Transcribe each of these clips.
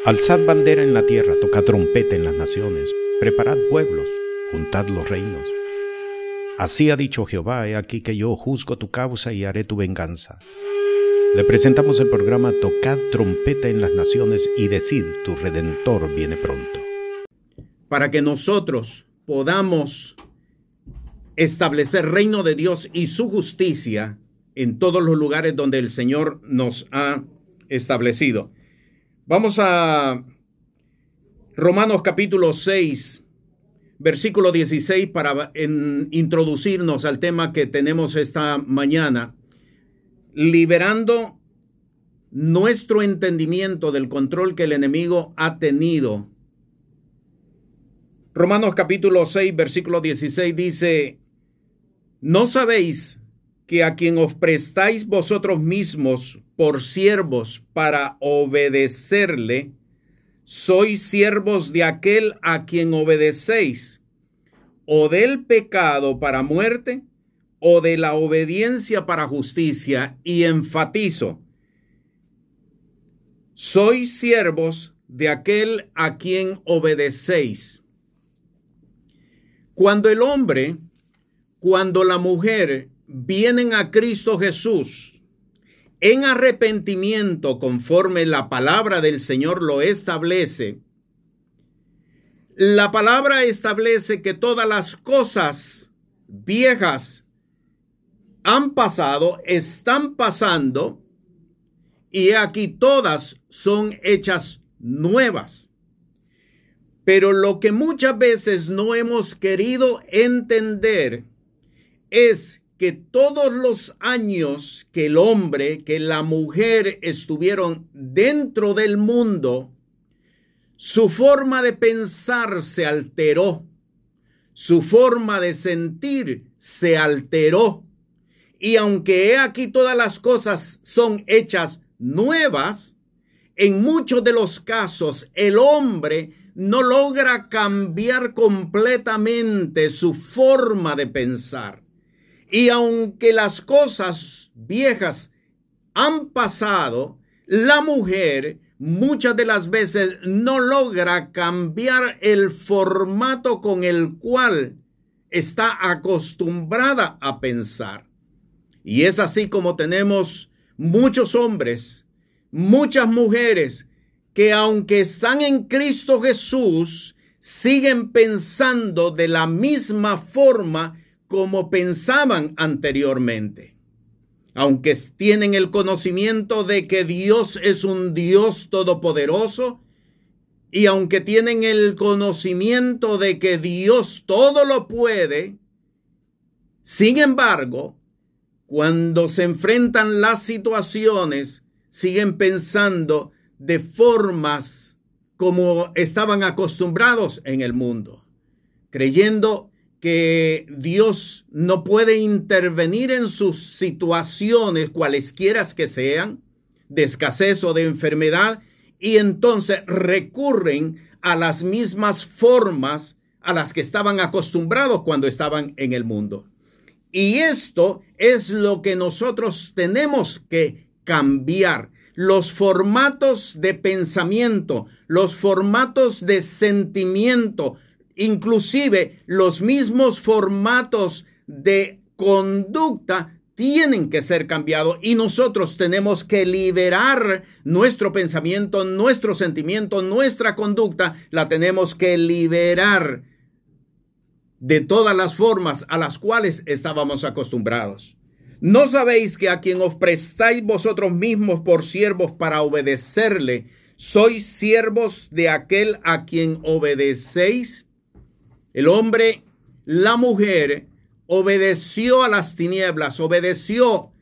Alzad bandera en la tierra, tocad trompeta en las naciones, preparad pueblos, juntad los reinos. Así ha dicho Jehová, he aquí que yo juzgo tu causa y haré tu venganza. Le presentamos el programa Tocad trompeta en las naciones y decid, tu Redentor viene pronto. Para que nosotros podamos establecer reino de Dios y su justicia en todos los lugares donde el Señor nos ha establecido. Vamos a Romanos capítulo 6, versículo 16 para introducirnos al tema que tenemos esta mañana, liberando nuestro entendimiento del control que el enemigo ha tenido. Romanos capítulo 6, versículo 16 dice: ¿no sabéis que a quien os prestáis vosotros mismos por siervos para obedecerle, sois siervos de aquel a quien obedecéis, o del pecado para muerte, o de la obediencia para justicia? Y enfatizo, sois siervos de aquel a quien obedecéis. Cuando el hombre, cuando la mujer vienen a Cristo Jesús en arrepentimiento conforme la palabra del Señor lo establece, la palabra establece que todas las cosas viejas han pasado, están pasando, y aquí todas son hechas nuevas. Pero lo que muchas veces no hemos querido entender es que todos los años que el hombre, que la mujer estuvieron dentro del mundo, su forma de pensar se alteró, su forma de sentir se alteró. Y aunque he aquí todas las cosas son hechas nuevas, en muchos de los casos el hombre no logra cambiar completamente su forma de pensar. Y aunque las cosas viejas han pasado, la mujer muchas de las veces no logra cambiar el formato con el cual está acostumbrada a pensar. Y es así como tenemos muchos hombres, muchas mujeres que aunque están en Cristo Jesús, siguen pensando de la misma forma como pensaban anteriormente. Aunque tienen el conocimiento de que Dios es un Dios todopoderoso, y aunque tienen el conocimiento de que Dios todo lo puede, sin embargo, cuando se enfrentan las situaciones, siguen pensando de formas como estaban acostumbrados en el mundo, creyendo que Dios no puede intervenir en sus situaciones, cualesquiera que sean, de escasez o de enfermedad, y entonces recurren a las mismas formas a las que estaban acostumbrados cuando estaban en el mundo. Y esto es lo que nosotros tenemos que cambiar. Los formatos de pensamiento, los formatos de sentimiento, inclusive los mismos formatos de conducta tienen que ser cambiados, y nosotros tenemos que liberar nuestro pensamiento, nuestro sentimiento, nuestra conducta, la tenemos que liberar de todas las formas a las cuales estábamos acostumbrados. ¿No sabéis que a quien os prestáis vosotros mismos por siervos para obedecerle, sois siervos de aquel a quien obedecéis? El hombre, la mujer, obedeció a las tinieblas, obedeció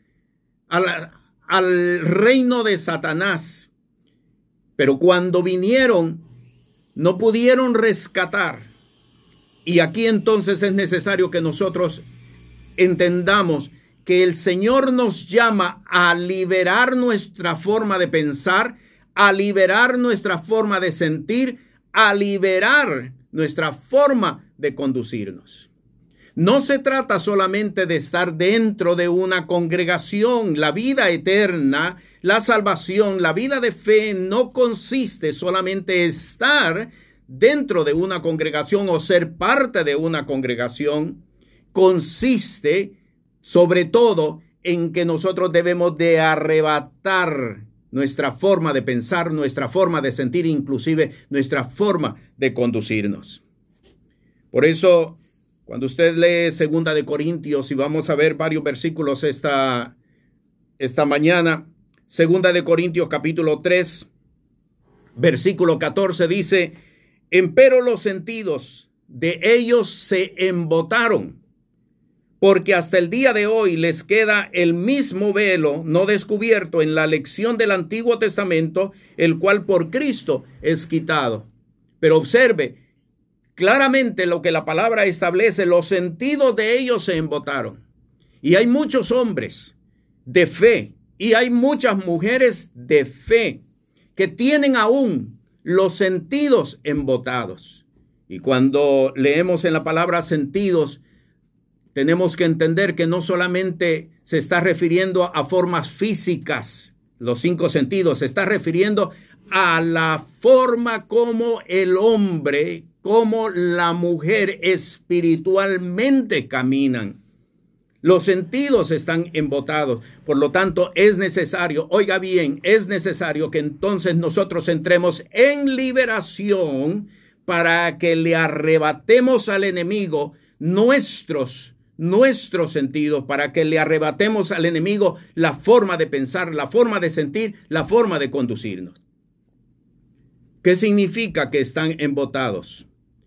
al reino de Satanás. Pero cuando vinieron, no pudieron rescatar. Y aquí entonces es necesario que nosotros entendamos que el Señor nos llama a liberar nuestra forma de pensar, a liberar nuestra forma de sentir, a liberar nuestra forma de conducirnos. No se trata solamente de estar dentro de una congregación. La vida eterna La salvación, la vida de fe no consiste solamente en estar dentro de una congregación o ser parte de una congregación. Consiste sobre todo en que nosotros debemos de arrebatar nuestra forma de pensar, nuestra forma de sentir, inclusive nuestra forma de conducirnos. Por eso, cuando usted lee 2 de Corintios, y vamos a ver varios versículos esta mañana, 2 de Corintios capítulo 3, versículo 14 dice: empero los sentidos de ellos se embotaron, porque hasta el día de hoy les queda el mismo velo no descubierto en la lección del Antiguo Testamento, el cual por Cristo es quitado. Pero observe claramente lo que la palabra establece: los sentidos de ellos se embotaron. Y hay muchos hombres de fe y hay muchas mujeres de fe que tienen aún los sentidos embotados. Y cuando leemos en la palabra sentidos, tenemos que entender que no solamente se está refiriendo a formas físicas, los 5 sentidos, se está refiriendo a la forma como el hombre, como la mujer espiritualmente caminan. Los sentidos están embotados. Por lo tanto, es necesario, oiga bien, es necesario que entonces nosotros entremos en liberación para que le arrebatemos al enemigo nuestros sentidos, para que le arrebatemos al enemigo la forma de pensar, la forma de sentir, la forma de conducirnos. ¿Qué significa que están embotados?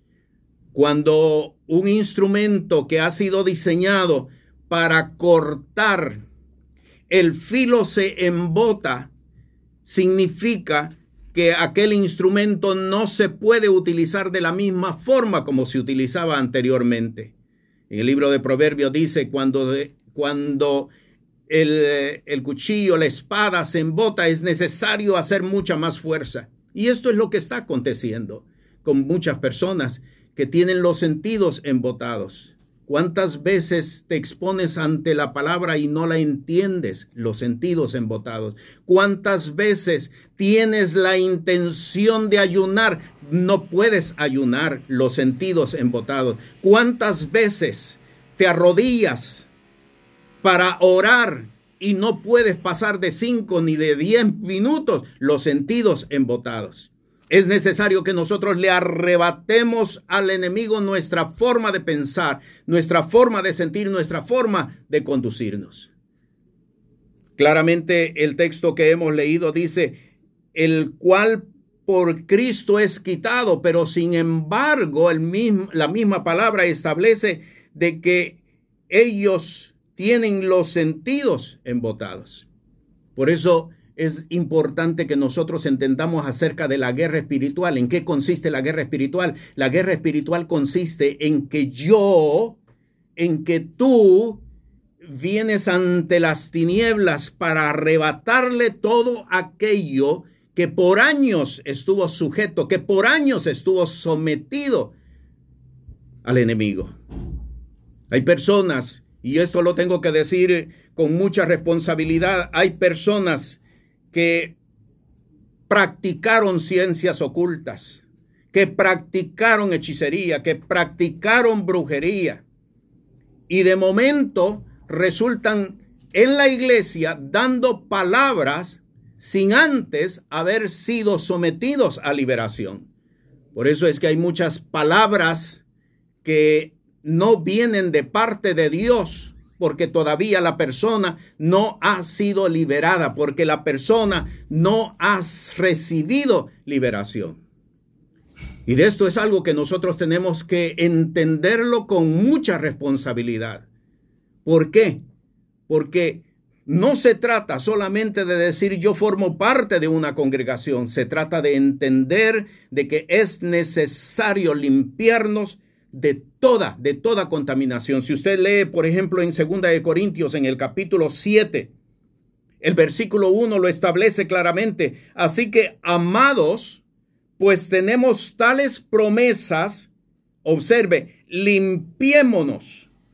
Cuando un instrumento que ha sido diseñado para cortar, el filo se embota, significa que aquel instrumento no se puede utilizar de la misma forma como se utilizaba anteriormente. En el libro de Proverbios dice, cuando el cuchillo, la espada se embota, es necesario hacer mucha más fuerza. Y esto es lo que está aconteciendo con muchas personas que tienen los sentidos embotados. ¿Cuántas veces te expones ante la palabra y no la entiendes? Los sentidos embotados. ¿Cuántas veces tienes la intención de ayunar? No puedes ayunar, los sentidos embotados. ¿Cuántas veces te arrodillas para orar y no puedes pasar de 5 ni de 10 minutos? Los sentidos embotados. Es necesario que nosotros le arrebatemos al enemigo nuestra forma de pensar, nuestra forma de sentir, nuestra forma de conducirnos. Claramente el texto que hemos leído dice, el cual por Cristo es quitado, pero sin embargo la misma palabra establece de que ellos tienen los sentidos embotados. Por eso es importante que nosotros entendamos acerca de la guerra espiritual. ¿En qué consiste la guerra espiritual? La guerra espiritual consiste en que tú vienes ante las tinieblas para arrebatarle todo aquello que por años estuvo sujeto, que por años estuvo sometido al enemigo. Hay personas, y esto lo tengo que decir con mucha responsabilidad, hay personas que practicaron ciencias ocultas, que practicaron hechicería, que practicaron brujería, y de momento resultan en la iglesia dando palabras sin antes haber sido sometidos a liberación. Por eso es que hay muchas palabras que no vienen de parte de Dios, porque todavía la persona no ha sido liberada, porque la persona no ha recibido liberación. Y de esto es algo que nosotros tenemos que entenderlo con mucha responsabilidad. ¿Por qué? Porque no se trata solamente de decir yo formo parte de una congregación, se trata de entender de que es necesario limpiarnos de toda contaminación. Si usted lee, por ejemplo, en 2 de Corintios, en el capítulo 7, el versículo 1 lo establece claramente. Así que, amados, pues tenemos tales promesas, observe, limpiémonos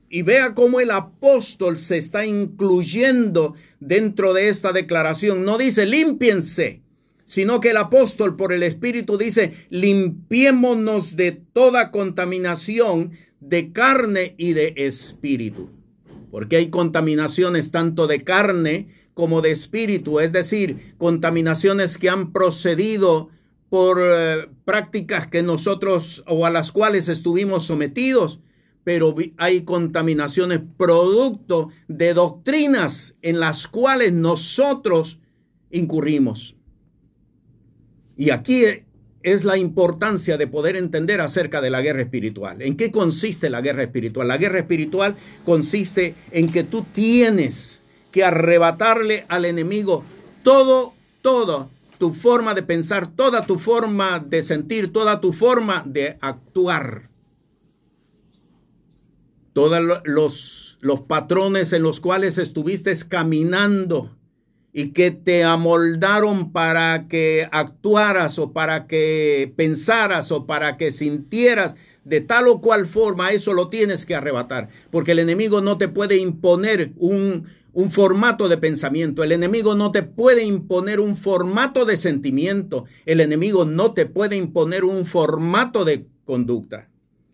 Y vea cómo el apóstol se está incluyendo dentro de esta declaración. No dice límpiense, sino que el apóstol por el Espíritu dice limpiémonos de toda contaminación de carne y de espíritu. Porque hay contaminaciones tanto de carne como de espíritu, es decir, contaminaciones que han procedido por prácticas que nosotros o a las cuales estuvimos sometidos, pero hay contaminaciones producto de doctrinas en las cuales nosotros incurrimos. Y aquí es la importancia de poder entender acerca de la guerra espiritual. ¿En qué consiste la guerra espiritual? La guerra espiritual consiste en que tú tienes que arrebatarle al enemigo toda tu forma de pensar, toda tu forma de sentir, toda tu forma de actuar. Todos los patrones en los cuales estuviste caminando y que te amoldaron para que actuaras o para que pensaras o para que sintieras de tal o cual forma, eso lo tienes que arrebatar, porque el enemigo no te puede imponer un formato de pensamiento, el enemigo no te puede imponer un formato de sentimiento, el enemigo no te puede imponer un formato de conducta.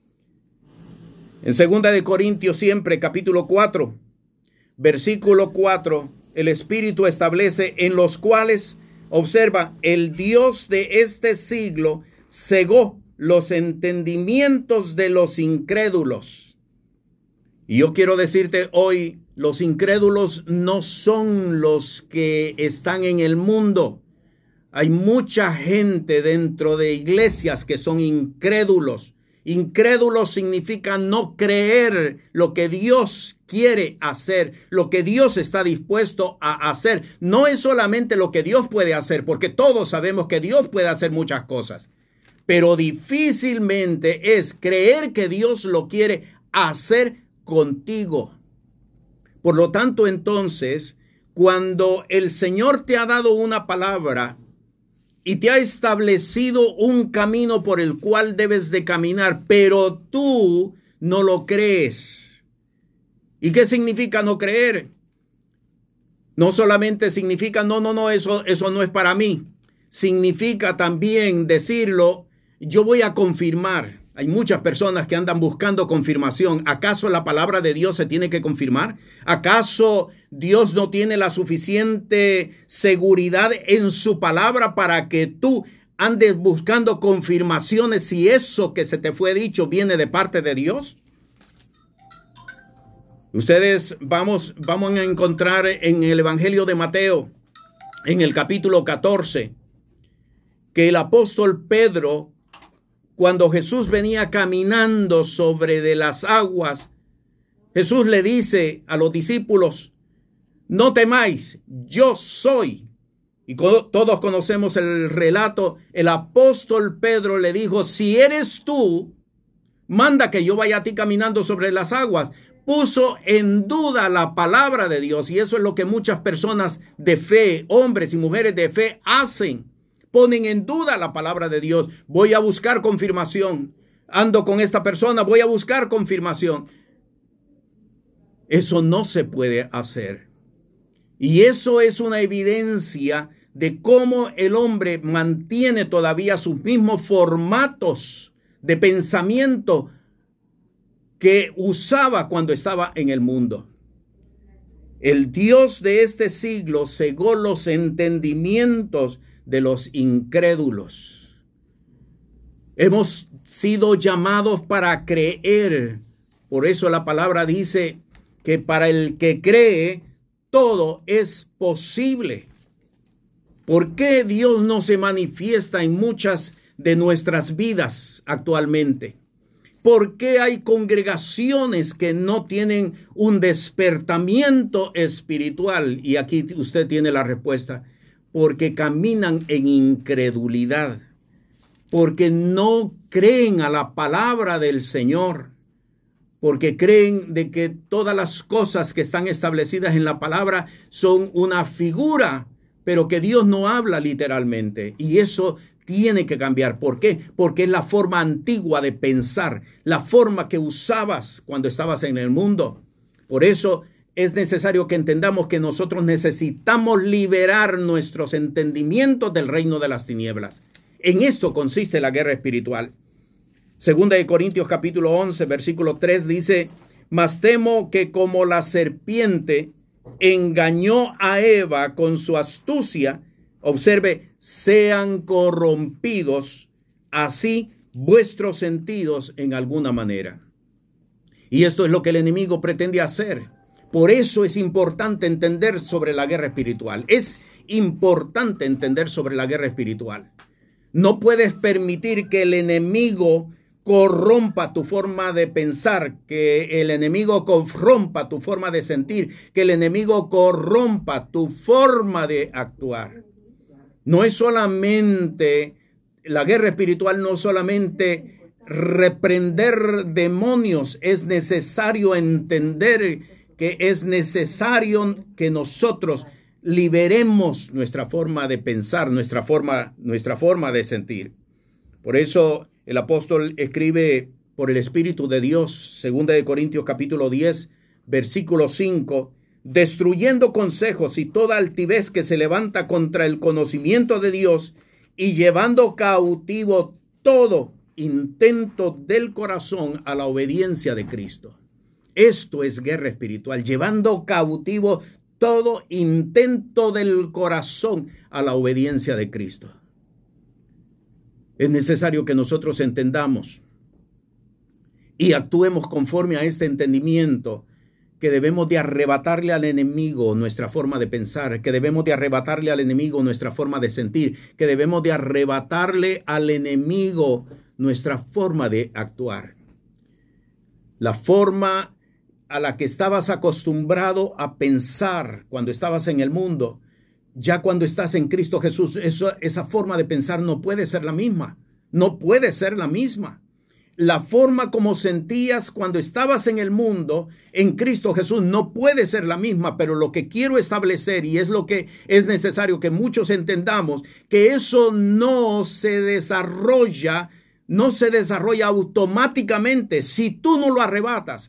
En 2 de Corintios siempre, capítulo 4, versículo 4, el Espíritu establece en los cuales, observa, el Dios de este siglo cegó los entendimientos de los incrédulos. Y yo quiero decirte hoy, los incrédulos no son los que están en el mundo. Hay mucha gente dentro de iglesias que son incrédulos. Incrédulo significa no creer lo que Dios quiere hacer, lo que Dios está dispuesto a hacer. No es solamente lo que Dios puede hacer, porque todos sabemos que Dios puede hacer muchas cosas, pero difícilmente es creer que Dios lo quiere hacer contigo. Por lo tanto, entonces, cuando el Señor te ha dado una palabra y te ha establecido un camino por el cual debes de caminar, pero tú no lo crees. ¿Y qué significa no creer? No solamente significa, eso no es para mí. Significa también decirlo, yo voy a confirmar. Hay muchas personas que andan buscando confirmación. ¿Acaso la palabra de Dios se tiene que confirmar? ¿Acaso Dios no tiene la suficiente seguridad en su palabra para que tú andes buscando confirmaciones si eso que se te fue dicho viene de parte de Dios? Ustedes vamos a encontrar en el Evangelio de Mateo, en el capítulo 14, que el apóstol Pedro, cuando Jesús venía caminando sobre de las aguas, Jesús le dice a los discípulos, no temáis, yo soy. Y todos conocemos el relato. El apóstol Pedro le dijo, si eres tú, manda que yo vaya a ti caminando sobre las aguas. Puso en duda la palabra de Dios, y eso es lo que muchas personas de fe, hombres y mujeres de fe, hacen. Ponen en duda la palabra de Dios. Voy a buscar confirmación. Ando con esta persona, voy a buscar confirmación. Eso no se puede hacer. Y eso es una evidencia de cómo el hombre mantiene todavía sus mismos formatos de pensamiento que usaba cuando estaba en el mundo. El Dios de este siglo cegó los entendimientos de los incrédulos. Hemos sido llamados para creer. Por eso la palabra dice que para el que cree, todo es posible. ¿Por qué Dios no se manifiesta en muchas de nuestras vidas actualmente? ¿Por qué hay congregaciones que no tienen un despertamiento espiritual? Y aquí usted tiene la respuesta. Porque caminan en incredulidad, porque no creen a la palabra del Señor, porque creen de que todas las cosas que están establecidas en la palabra son una figura, pero que Dios no habla literalmente. Y eso tiene que cambiar. ¿Por qué? Porque es la forma antigua de pensar, la forma que usabas cuando estabas en el mundo. Por eso es necesario que entendamos que nosotros necesitamos liberar nuestros entendimientos del reino de las tinieblas. En esto consiste la guerra espiritual. Segunda de Corintios capítulo 11, versículo 3 dice: mas temo que como la serpiente engañó a Eva con su astucia, observe, sean corrompidos así vuestros sentidos en alguna manera. Y esto es lo que el enemigo pretende hacer. Por eso es importante entender sobre la guerra espiritual. Es importante entender sobre la guerra espiritual. No puedes permitir que el enemigo corrompa tu forma de pensar, que el enemigo corrompa tu forma de sentir, que el enemigo corrompa tu forma de actuar. No es solamente, la guerra espiritual no solamente reprender demonios, es necesario entender que es necesario que nosotros liberemos nuestra forma de pensar, nuestra forma de sentir. Por eso el apóstol escribe por el Espíritu de Dios, 2 de Corintios capítulo 10, versículo 5, destruyendo consejos y toda altivez que se levanta contra el conocimiento de Dios y llevando cautivo todo intento del corazón a la obediencia de Cristo. Esto es guerra espiritual, llevando cautivo todo intento del corazón a la obediencia de Cristo. Es necesario que nosotros entendamos y actuemos conforme a este entendimiento, que debemos de arrebatarle al enemigo nuestra forma de pensar, que debemos de arrebatarle al enemigo nuestra forma de sentir, que debemos de arrebatarle al enemigo nuestra forma de actuar. La forma a la que estabas acostumbrado a pensar cuando estabas en el mundo, ya cuando estás en Cristo Jesús, esa forma de pensar no puede ser la misma. No puede ser la misma. La forma como sentías cuando estabas en el mundo, en Cristo Jesús, no puede ser la misma. Pero lo que quiero establecer, y es lo que es necesario que muchos entendamos, que eso no se desarrolla automáticamente. Si tú no lo arrebatas,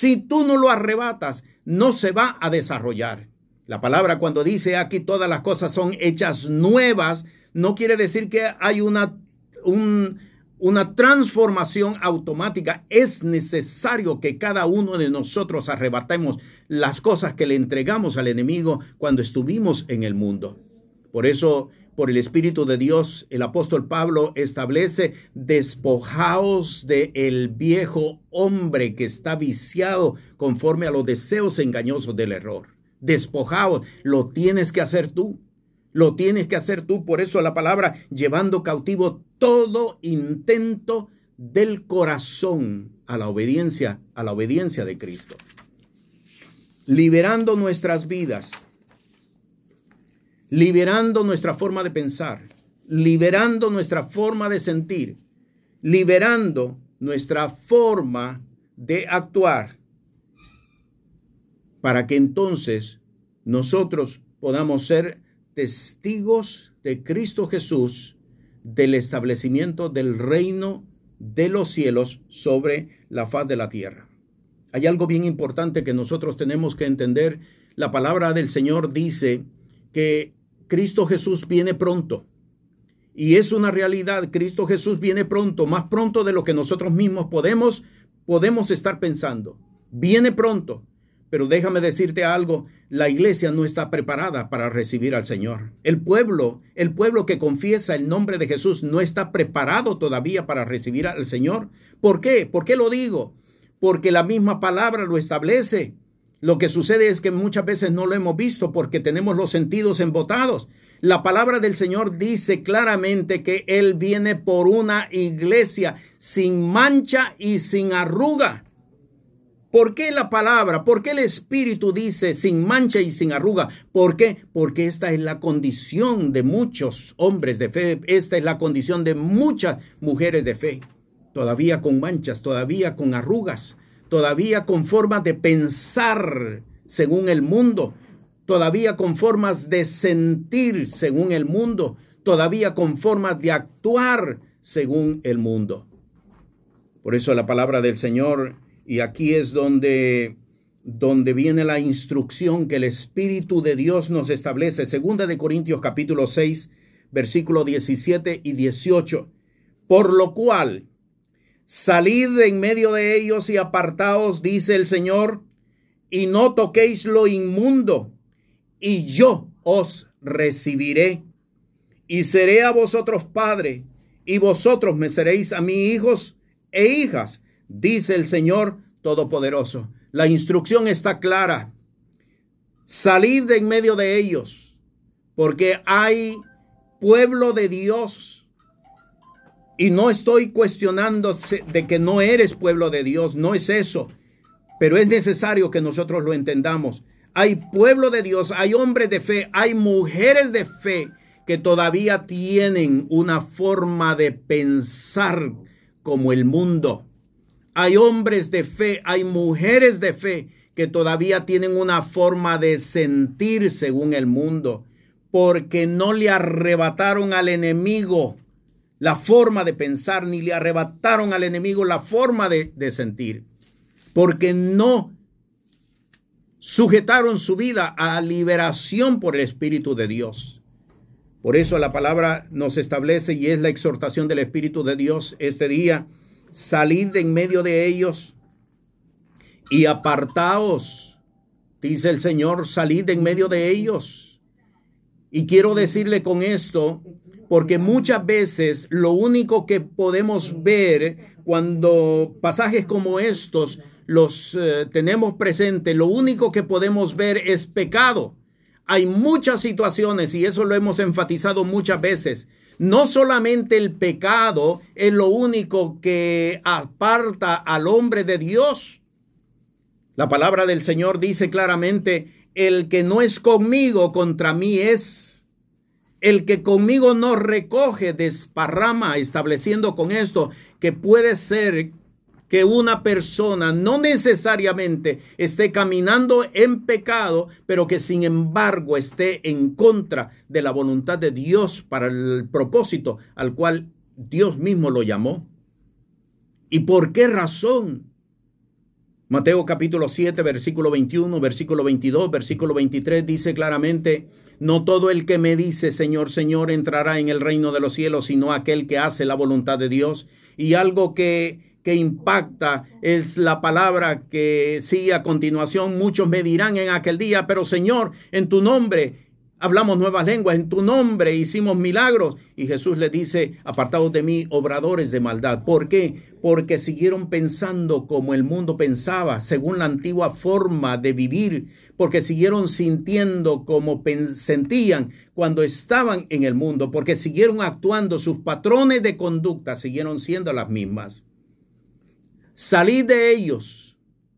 no se va a desarrollar. La palabra cuando dice aquí todas las cosas son hechas nuevas, no quiere decir que hay una transformación automática. Es necesario que cada uno de nosotros arrebatemos las cosas que le entregamos al enemigo cuando estuvimos en el mundo. Por eso, por el Espíritu de Dios, el apóstol Pablo establece: despojaos del viejo hombre que está viciado conforme a los deseos engañosos del error. Despojaos, lo tienes que hacer tú. Lo tienes que hacer tú. Por eso la palabra, llevando cautivo todo intento del corazón a la obediencia de Cristo. Liberando nuestras vidas, liberando nuestra forma de pensar, liberando nuestra forma de sentir, liberando nuestra forma de actuar, para que entonces nosotros podamos ser testigos de Cristo Jesús, del establecimiento del reino de los cielos sobre la faz de la tierra. Hay algo bien importante que nosotros tenemos que entender. La palabra del Señor dice que Cristo Jesús viene pronto. Y es una realidad. Cristo Jesús viene pronto, más pronto de lo que nosotros mismos podemos estar pensando. Viene pronto. Pero déjame decirte algo, la iglesia no está preparada para recibir al Señor. El pueblo que confiesa el nombre de Jesús no está preparado todavía para recibir al Señor. ¿Por qué? ¿Por qué lo digo? Porque la misma palabra lo establece. Lo que sucede es que muchas veces no lo hemos visto porque tenemos los sentidos embotados. La palabra del Señor dice claramente que Él viene por una iglesia sin mancha y sin arruga. ¿Por qué la palabra? ¿Por qué el Espíritu dice sin mancha y sin arruga? ¿Por qué? Porque esta es la condición de muchos hombres de fe. Esta es la condición de muchas mujeres de fe. Todavía con manchas, todavía con arrugas, todavía con formas de pensar según el mundo, todavía con formas de sentir según el mundo, todavía con formas de actuar según el mundo. Por eso la palabra del Señor, y aquí es donde viene la instrucción que el Espíritu de Dios nos establece. 2 de Corintios capítulo 6, versículos 17 y 18. Por lo cual, salid de en medio de ellos y apartaos, dice el Señor, y no toquéis lo inmundo, y yo os recibiré, y seré a vosotros padre, y vosotros me seréis a mí hijos e hijas, dice el Señor Todopoderoso. La instrucción está clara. Salid de en medio de ellos, porque hay pueblo de Dios. Y no estoy cuestionando de que no eres pueblo de Dios, no es eso. Pero es necesario que nosotros lo entendamos. Hay pueblo de Dios, hay hombres de fe, hay mujeres de fe que todavía tienen una forma de pensar como el mundo. Hay hombres de fe, hay mujeres de fe que todavía tienen una forma de sentir según el mundo, porque no le arrebataron al enemigo la forma de pensar, ni le arrebataron al enemigo la forma de sentir, porque no sujetaron su vida a liberación por el Espíritu de Dios. Por eso la palabra nos establece, y es la exhortación del Espíritu de Dios este día: salid de en medio de ellos y apartaos, dice el Señor, salid de en medio de ellos. Y quiero decirle con esto, porque muchas veces lo único que podemos ver cuando pasajes como estos los tenemos presentes, lo único que podemos ver es pecado. Hay muchas situaciones, y eso lo hemos enfatizado muchas veces. No solamente el pecado es lo único que aparta al hombre de Dios. La palabra del Señor dice claramente: el que no es conmigo, contra mí es. El que conmigo no recoge, desparrama, estableciendo con esto que puede ser que una persona no necesariamente esté caminando en pecado, pero que sin embargo esté en contra de la voluntad de Dios para el propósito al cual Dios mismo lo llamó. ¿Y por qué razón? Mateo capítulo 7, versículo 21, versículo 22, versículo 23 dice claramente: no todo el que me dice Señor, Señor entrará en el reino de los cielos, sino aquel que hace la voluntad de Dios. Y algo que impacta es la palabra que sigue a continuación: muchos me dirán en aquel día, pero Señor, en tu nombre hablamos nuevas lenguas, en tu nombre hicimos milagros. Y Jesús les dice: apartados de mí, obradores de maldad. ¿Por qué? Porque siguieron pensando como el mundo pensaba, según la antigua forma de vivir, porque siguieron sintiendo como sentían cuando estaban en el mundo, porque siguieron actuando, sus patrones de conducta siguieron siendo las mismas. Salid de ellos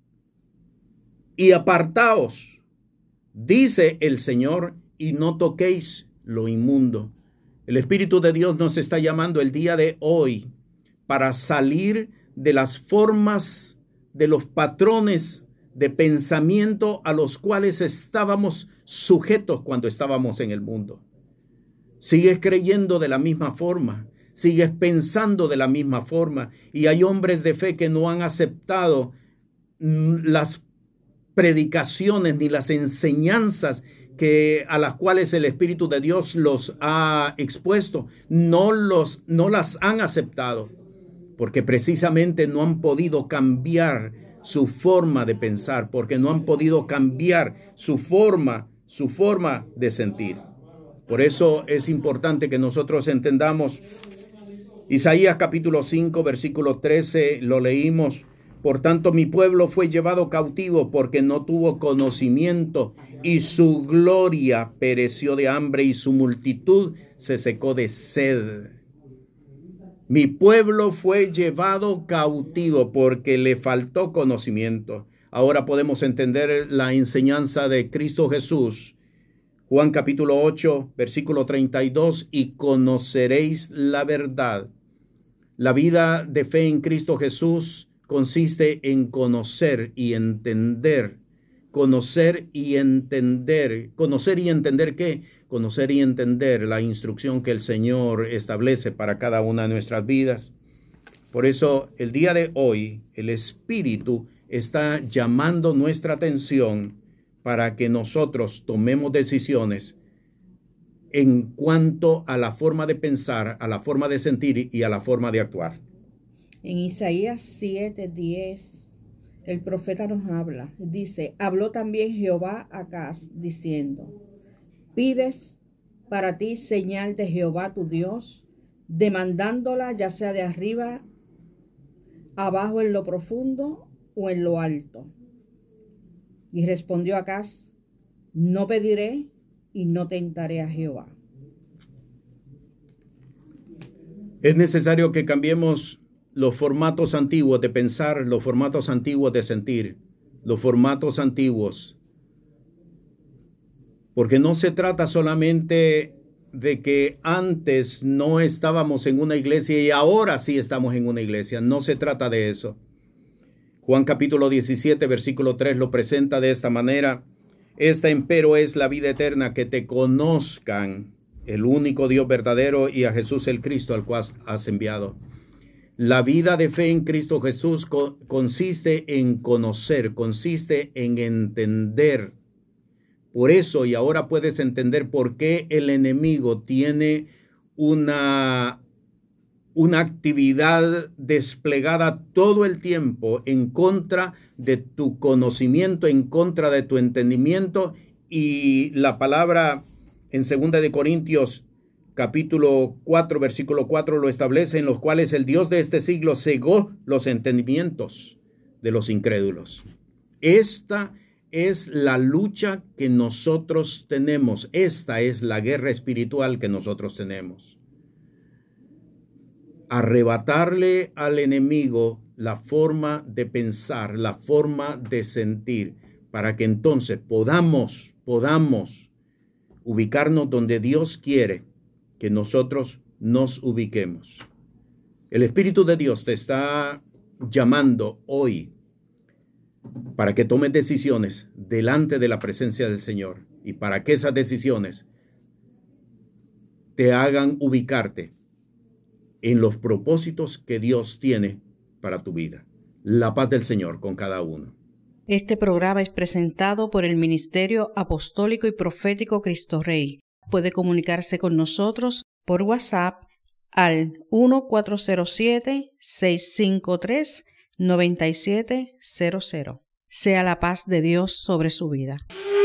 y apartaos, dice el Señor, y no toquéis lo inmundo. El Espíritu de Dios nos está llamando el día de hoy para salir de las formas, de los patrones de pensamiento a los cuales estábamos sujetos cuando estábamos en el mundo. Sigues creyendo de la misma forma, sigues pensando de la misma forma, y hay hombres de fe que no han aceptado las predicaciones ni las enseñanzas a las cuales el Espíritu de Dios los ha expuesto. No las han aceptado, porque precisamente no han podido cambiar su forma de pensar, porque no han podido cambiar su forma de sentir. Por eso es importante que nosotros entendamos Isaías capítulo 5, versículo 13, lo leímos: por tanto mi pueblo fue llevado cautivo porque no tuvo conocimiento, y su gloria pereció de hambre y su multitud se secó de sed. Mi pueblo fue llevado cautivo porque le faltó conocimiento. Ahora podemos entender la enseñanza de Cristo Jesús. Juan capítulo 8, versículo 32, y conoceréis la verdad. La vida de fe en Cristo Jesús consiste en conocer y entender. ¿Conocer y entender qué? conocer y entender la instrucción que el Señor establece para cada una de nuestras vidas. Por eso, el día de hoy, el Espíritu está llamando nuestra atención para que nosotros tomemos decisiones en cuanto a la forma de pensar, a la forma de sentir y a la forma de actuar. En Isaías 7:10, el profeta nos habla. Dice, habló también Jehová a Acaz, diciendo, pides para ti señal de Jehová tu Dios, demandándola ya sea de arriba, abajo en lo profundo o en lo alto. Y respondió Acaz, no pediré y no tentaré a Jehová. Es necesario que cambiemos los formatos antiguos de pensar, los formatos antiguos de sentir, los formatos antiguos. Porque no se trata solamente de que antes no estábamos en una iglesia y ahora sí estamos en una iglesia. No se trata de eso. Juan capítulo 17, versículo 3 lo presenta de esta manera. Esta empero es la vida eterna, que te conozcan, el único Dios verdadero, y a Jesús el Cristo, al cual has enviado. La vida de fe en Cristo Jesús consiste en conocer, consiste en entender. Por eso, y ahora puedes entender por qué el enemigo tiene una actividad desplegada todo el tiempo en contra de tu conocimiento, en contra de tu entendimiento. Y la palabra en 2 de Corintios capítulo 4, versículo 4 lo establece, en los cuales el Dios de este siglo cegó los entendimientos de los incrédulos. Esta es la lucha que nosotros tenemos. Esta es la guerra espiritual que nosotros tenemos. Arrebatarle al enemigo la forma de pensar, la forma de sentir, para que entonces podamos ubicarnos donde Dios quiere que nosotros nos ubiquemos. El Espíritu de Dios te está llamando hoy para que tomes decisiones delante de la presencia del Señor y para que esas decisiones te hagan ubicarte en los propósitos que Dios tiene para tu vida. La paz del Señor con cada uno. Este programa es presentado por el Ministerio Apostólico y Profético Cristo Rey. Puede comunicarse con nosotros por WhatsApp al 1407-653-9700. Sea la paz de Dios sobre su vida.